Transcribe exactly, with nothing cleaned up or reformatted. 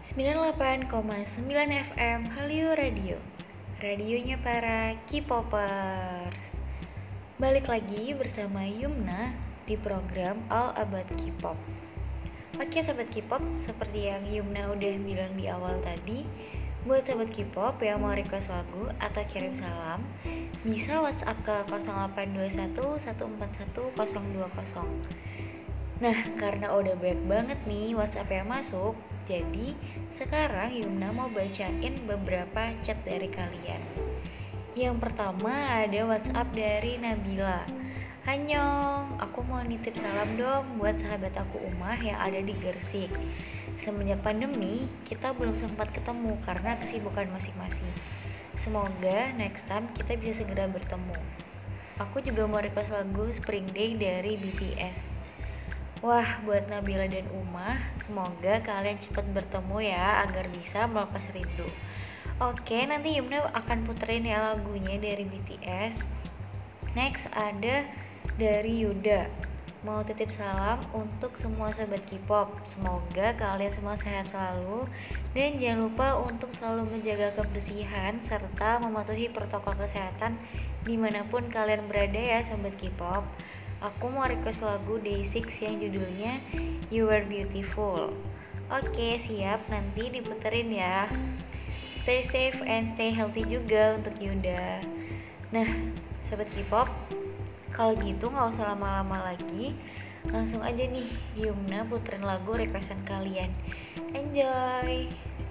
sembilan puluh delapan koma sembilan F M Hallyu Radio. Radionya para K-popers. Balik lagi bersama Yumna di program All About K-pop. Oke sobat K-pop, seperti yang Yumna udah bilang di awal tadi, buat sobat K-pop yang mau request lagu atau kirim salam, bisa WhatsApp ke nol delapan dua satu satu empat satu nol dua nol. Nah, karena udah banyak banget nih WhatsApp yang masuk, jadi sekarang Yumna mau bacain beberapa chat dari kalian. Yang pertama ada WhatsApp dari Nabila. Annyeong, aku mau nitip salam dong buat sahabat aku Umah yang ada di Gersik. Semenjak pandemi, kita belum sempat ketemu karena kesibukan masing-masing. Semoga next time kita bisa segera bertemu. Aku juga mau request lagu Spring Day dari B T S. Wah, buat Nabila dan Umah, semoga kalian cepat bertemu ya agar bisa melepas rindu. Oke, nanti Yumna akan puterin ya lagunya dari B T S. Next ada dari Yuda. Mau titip salam untuk semua sobat K-pop. Semoga kalian semua sehat selalu dan jangan lupa untuk selalu menjaga kebersihan serta mematuhi protokol kesehatan dimanapun kalian berada ya sobat K-pop. Aku mau request lagu Day six yang judulnya You Are Beautiful. Oke, siap, nanti diputerin ya. Stay safe and stay healthy juga untuk Yuda. Nah, sobat K-pop, kalau gitu gak usah lama-lama lagi, langsung aja nih Yumna puterin lagu requestan kalian. Enjoy!